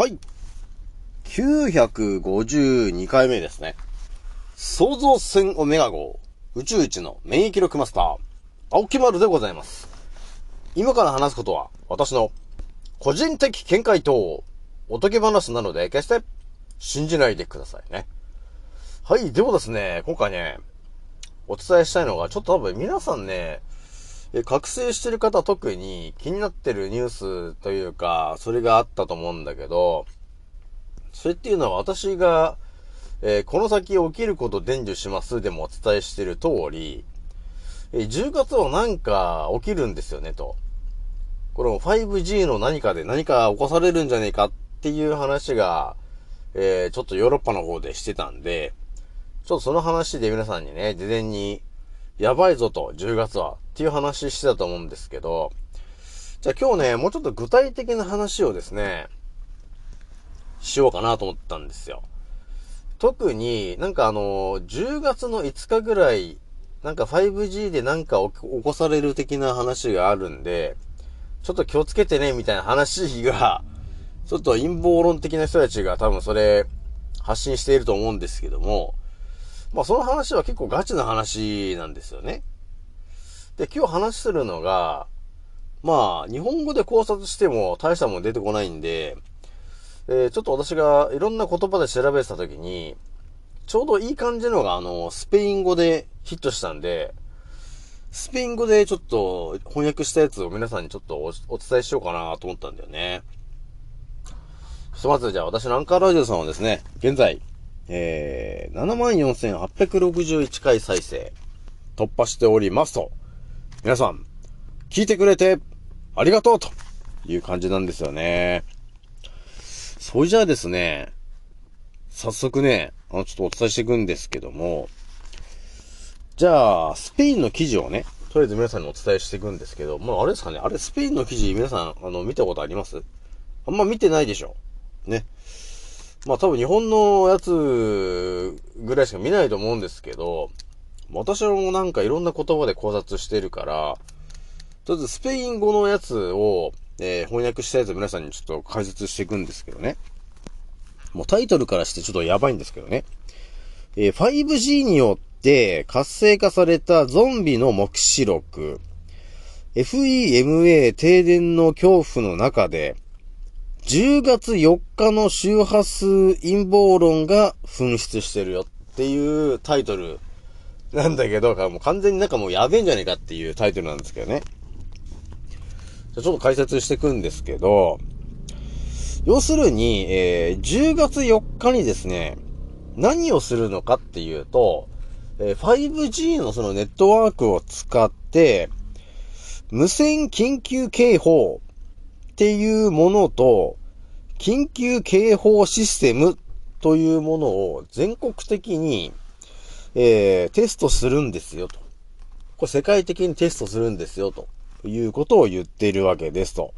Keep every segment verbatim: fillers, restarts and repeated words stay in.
はい。きゅうひゃくごじゅうにかいめですね。創造船オメガ号宇宙一の免疫力マスター、青木丸でございます。今から話すことは私の個人的見解とおとぎ話なので決して信じないでくださいね。はい。でもですね、今回ね、お伝えしたいのがちょっと多分皆さんね、え覚醒してる方特に気になってるニュースというか、それがあったと思うんだけど、それっていうのは私が、えー、この先起きること伝授しますでもお伝えしてる通り、えー、じゅうがつはなんか起きるんですよねと。この ファイブジー の何かで何か起こされるんじゃねえかっていう話が、えー、ちょっとヨーロッパの方でしてたんで、ちょっとその話で皆さんにね、事前に、やばいぞと、じゅうがつは、っていう話してたと思うんですけど、じゃあ今日ね、もうちょっと具体的な話をですね、しようかなと思ったんですよ。特になんかあの、じゅうがつのいつかぐらい、なんか ファイブジー でなんか起こされる的な話があるんで、ちょっと気をつけてね、みたいな話が、ちょっと陰謀論的な人たちが多分それ、発信していると思うんですけども、まあその話は結構ガチな話なんですよね。で、今日話するのが、まあ日本語で考察しても大したもん出てこないんで、えー、ちょっと私がいろんな言葉で調べてたときに、ちょうどいい感じのがあの、スペイン語でヒットしたんで、スペイン語でちょっと翻訳したやつを皆さんにちょっと お, お伝えしようかなと思ったんだよね。ひとまずじゃあ私のアンカーラジオさんはですね、現在、えー、ななまんよんせんはっぴゃくろくじゅういちかい再生突破しておりますと、皆さん聞いてくれてありがとうという感じなんですよね。それじゃあですね、早速ね、あのちょっとお伝えしていくんですけども、じゃあスペインの記事をね、とりあえず皆さんにお伝えしていくんですけど、まああれですかね、あれスペインの記事皆さんあの見たことあります？あんま見てないでしょね。まあ多分日本のやつぐらいしか見ないと思うんですけど、私もなんかいろんな言葉で考察してるから、とりあえずスペイン語のやつを、えー、翻訳したやつを皆さんにちょっと解説していくんですけどね。もうタイトルからしてちょっとやばいんですけどね。えー、ファイブジー によって活性化されたゾンビの目視録。エフイーエムエー 停電の恐怖の中で、じゅうがつよっかの周波数陰謀論が噴出してるよっていうタイトルなんだけど、もう完全になんかもうやべえんじゃねえかっていうタイトルなんですけどね。じゃあちょっと解説していくんですけど、要するに、えー、じゅうがつよっかにですね、何をするのかっていうと、えー、ファイブジー のそのネットワークを使って、無線緊急警報っていうものと、緊急警報システムというものを全国的に、えー、テストするんですよと。これ世界的にテストするんですよということを言っているわけですと。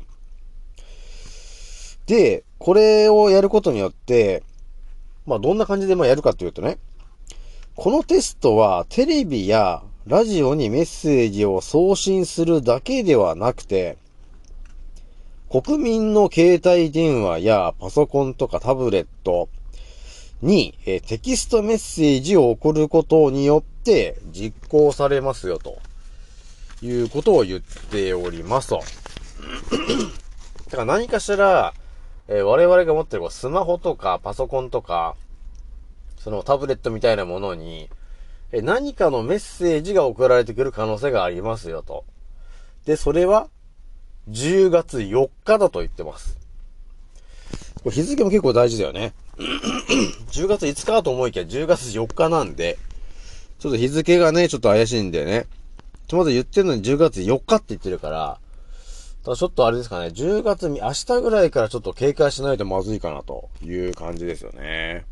で、これをやることによって、まあどんな感じでまあやるかというとね、このテストはテレビやラジオにメッセージを送信するだけではなくて、国民の携帯電話やパソコンとかタブレットに、えー、テキストメッセージを送ることによって実行されますよということを言っておりますと。だから何かしら、えー、我々が持ってるスマホとかパソコンとかそのタブレットみたいなものに、えー、何かのメッセージが送られてくる可能性がありますよと。で、それはじゅうがつよっかだと言ってます。これ日付も結構大事だよね。じゅうがついつかと思いきやじゅうがつよっかなんで、ちょっと日付がね、ちょっと怪しいんでね。まず言ってるのにじゅうがつよっかって言ってるから、ただちょっとあれですかね、じゅうがつ、明日ぐらいからちょっと警戒しないとまずいかなという感じですよね。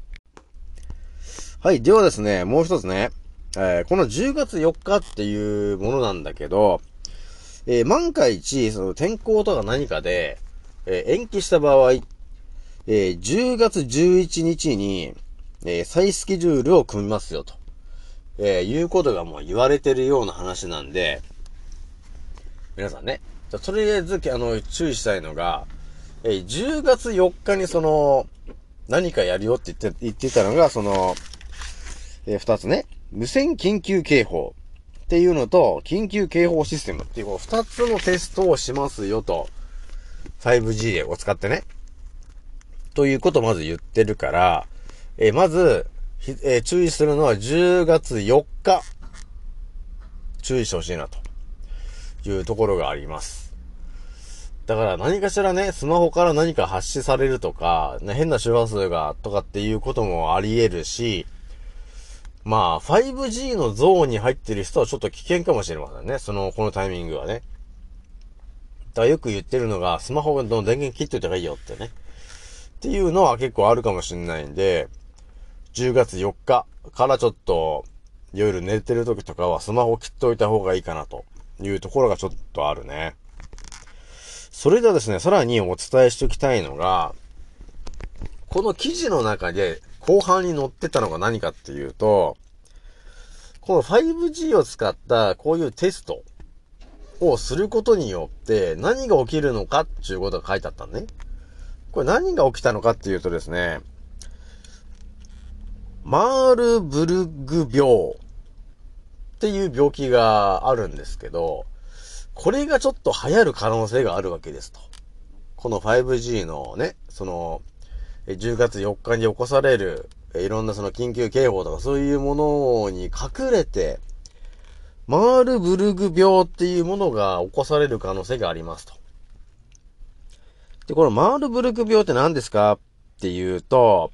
はい、ではですね、もう一つね、えー、このじゅうがつよっかっていうものなんだけど、えー、万が一、その天候とか何かで、えー、延期した場合、えー、じゅうがつじゅういちにちに、えー、再スケジュールを組みますよと、えー、いうことがもう言われてるような話なんで、皆さんね、じゃとりあえずあの注意したいのが、 えー、じゅうがつよっかにその、何かやるよって言って、言ってたのが、その、えー、二つね。無線緊急警報っていうのと、緊急警報システムっていう、この二つのテストをしますよと。ファイブジー を使ってね。ということをまず言ってるから、えー、まず、えー、注意するのはじゅうがつよっか。注意してほしいな、というところがあります。だから何かしらね、スマホから何か発信されるとか、ね、変な周波数がとかっていうこともあり得るし、まあ、ファイブジー のゾーンに入ってる人はちょっと危険かもしれませんね。その、このタイミングはね。だからよく言ってるのが、スマホの電源切っといた方がいいよってね。っていうのは結構あるかもしれないんで、じゅうがつよっかからちょっと、夜寝てる時とかはスマホ切っといた方がいいかなというところがちょっとあるね。それではですね、さらにお伝えしておきたいのが、この記事の中で後半に載ってたのが何かっていうと、この ファイブジー を使ったこういうテストをすることによって何が起きるのかっていうことが書いてあったんね。これ何が起きたのかっていうとですね、マールブルグ病っていう病気があるんですけど、これがちょっと流行る可能性があるわけですと。この ファイブジー のね、その、じゅうがつよっかに起こされる、いろんなその緊急警報とかそういうものに隠れて、マールブルグ病っていうものが起こされる可能性がありますと。で、このマールブルグ病って何ですかっていうと、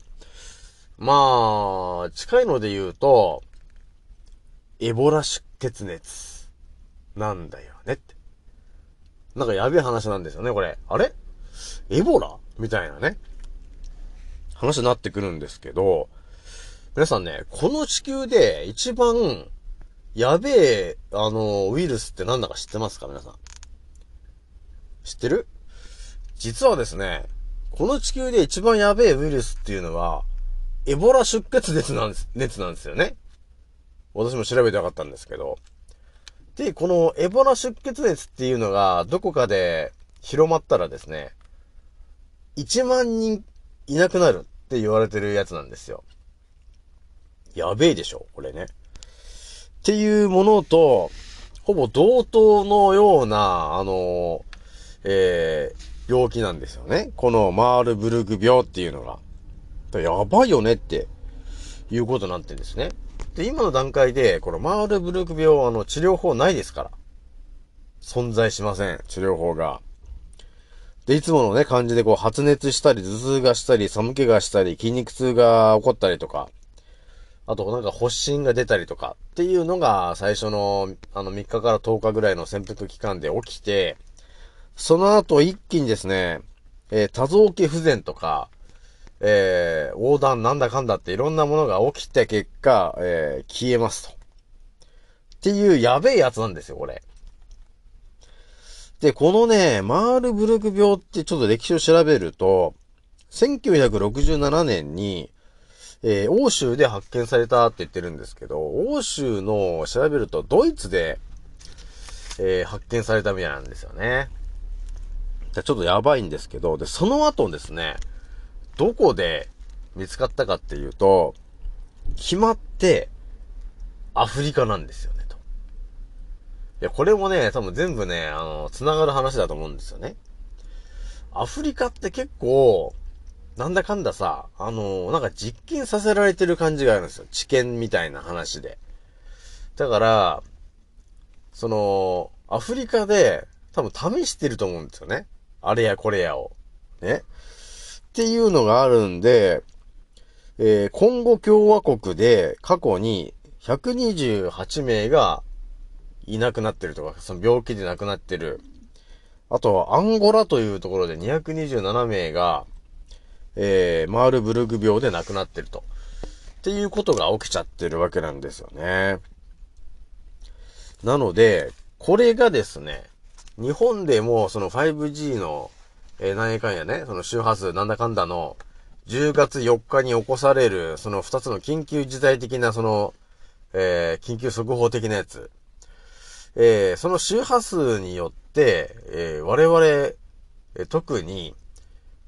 まあ、近いので言うと、エボラ出血熱なんだよねって。なんかやべえ話なんですよね、これ。あれエボラみたいなね。話になってくるんですけど、皆さんね、この地球で一番やべえ、あの、ウイルスって何だか知ってますか皆さん。知ってる？実はですね、この地球で一番やべえウイルスっていうのは、エボラ出血熱なんです、熱なんですよね。私も調べてなかったんですけど。で、このエボラ出血熱っていうのがどこかで広まったらですね、いちまんにんいなくなるって言われてるやつなんですよ。やべえでしょこれね。っていうものと、ほぼ同等のような、あの、えー、病気なんですよね。このマールブルグ病っていうのが。やばいよねっていうことになってるんですね。で、今の段階で、このマールブルグ病はあの治療法ないですから。存在しません。治療法が。で、いつものね、感じでこう発熱したり、頭痛がしたり、寒気がしたり、筋肉痛が起こったりとか、あとなんか発疹が出たりとかっていうのが最初のあのみっかからとおかぐらいの潜伏期間で起きて、その後一気にですね、えー、多臓器不全とか、えー、横断なんだかんだっていろんなものが起きて結果、えー、消えますと。っていうやべえやつなんですよ、これ。で、このね、マールブルグ病ってちょっと歴史を調べると、せんきゅうひゃくろくじゅうななねんに、えー、欧州で発見されたって言ってるんですけど、欧州の調べるとドイツで、えー、発見されたみたいなんですよね。ちょっとやばいんですけど、で、その後ですね、どこで見つかったかっていうと、決まってアフリカなんですよね、と。いや、これもね、多分全部ね、あの、繋がる話だと思うんですよね。アフリカって結構、なんだかんださ、あのー、なんか実験させられてる感じがあるんですよ。治験みたいな話で。だから、その、アフリカで多分試してると思うんですよね。あれやこれやを。ね。っていうのがあるんで、えー、コンゴ共和国で過去にひゃくにじゅうはちめいがいなくなってるとか、その病気で亡くなってる。あとはアンゴラというところでにひゃくにじゅうななめいが、えー、マールブルグ病で亡くなってると。っていうことが起きちゃってるわけなんですよね。なので、これがですね、日本でもその ファイブジー の、えー、何やかんやね、その周波数なんだかんだのじゅうがつよっかに起こされるそのふたつの緊急事態的なその、えー、緊急速報的なやつ。えー、その周波数によって、えー、我々、えー、特に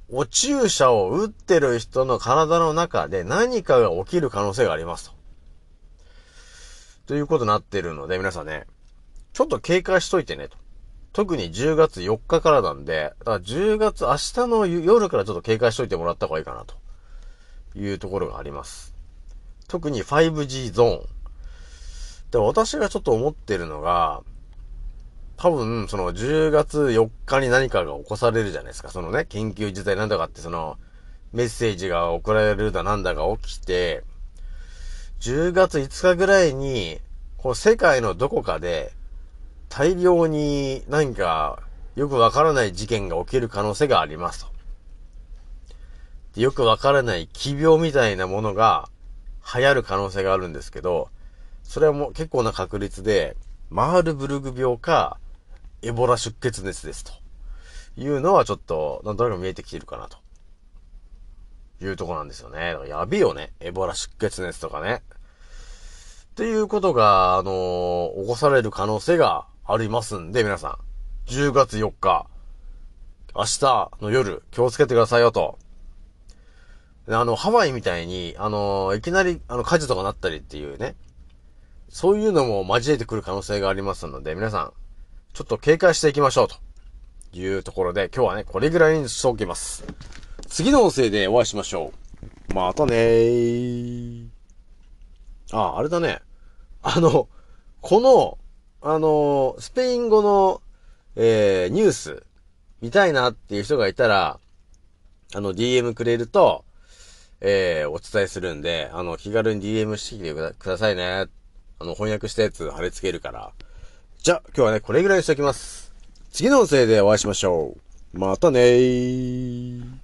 お注射を打ってる人の体の中で何かが起きる可能性がありますと。ということになってるので、皆さんね、ちょっと警戒しといてねと。特にじゅうがつよっかからなんで、だからじゅうがつ明日の夜からちょっと警戒しといてもらった方がいいかなというところがあります。特に ファイブジー ゾーン。で、私がちょっと思ってるのが、多分、そのじゅうがつよっかに何かが起こされるじゃないですか。そのね、緊急事態なんだかって、その、メッセージが送られるだなんだが起きて、じゅうがついつかぐらいに、この世界のどこかで、大量に何かよくわからない事件が起きる可能性がありますと。で、よくわからない奇病みたいなものが流行る可能性があるんですけど、それはもう結構な確率で、マールブルグ病か、エボラ出血熱ですというのはちょっとなんとなく見えてきてるかなというところなんですよね。だからやべえよね。エボラ出血熱とかね。っていうことが、あのー、起こされる可能性がありますんで、皆さん。じゅうがつよっか、明日の夜、気をつけてくださいよと。あの、ハワイみたいに、あのー、いきなり、あの、火事とかなったりっていうね。そういうのも交えてくる可能性がありますので、皆さん、ちょっと警戒していきましょうというところで、今日はね、これぐらいにしておきます。次の音声でお会いしましょう。またねー。あ、あれだね。あの、この、あの、スペイン語の、えー、ニュース、見たいなっていう人がいたら、あの、ディーエム くれると、えー、お伝えするんで、あの、気軽に ディーエム してきてくださいね。あの、翻訳したやつ貼り付けるから。じゃ、今日はね、これぐらいにしておきます。次の音声でお会いしましょう。またねー。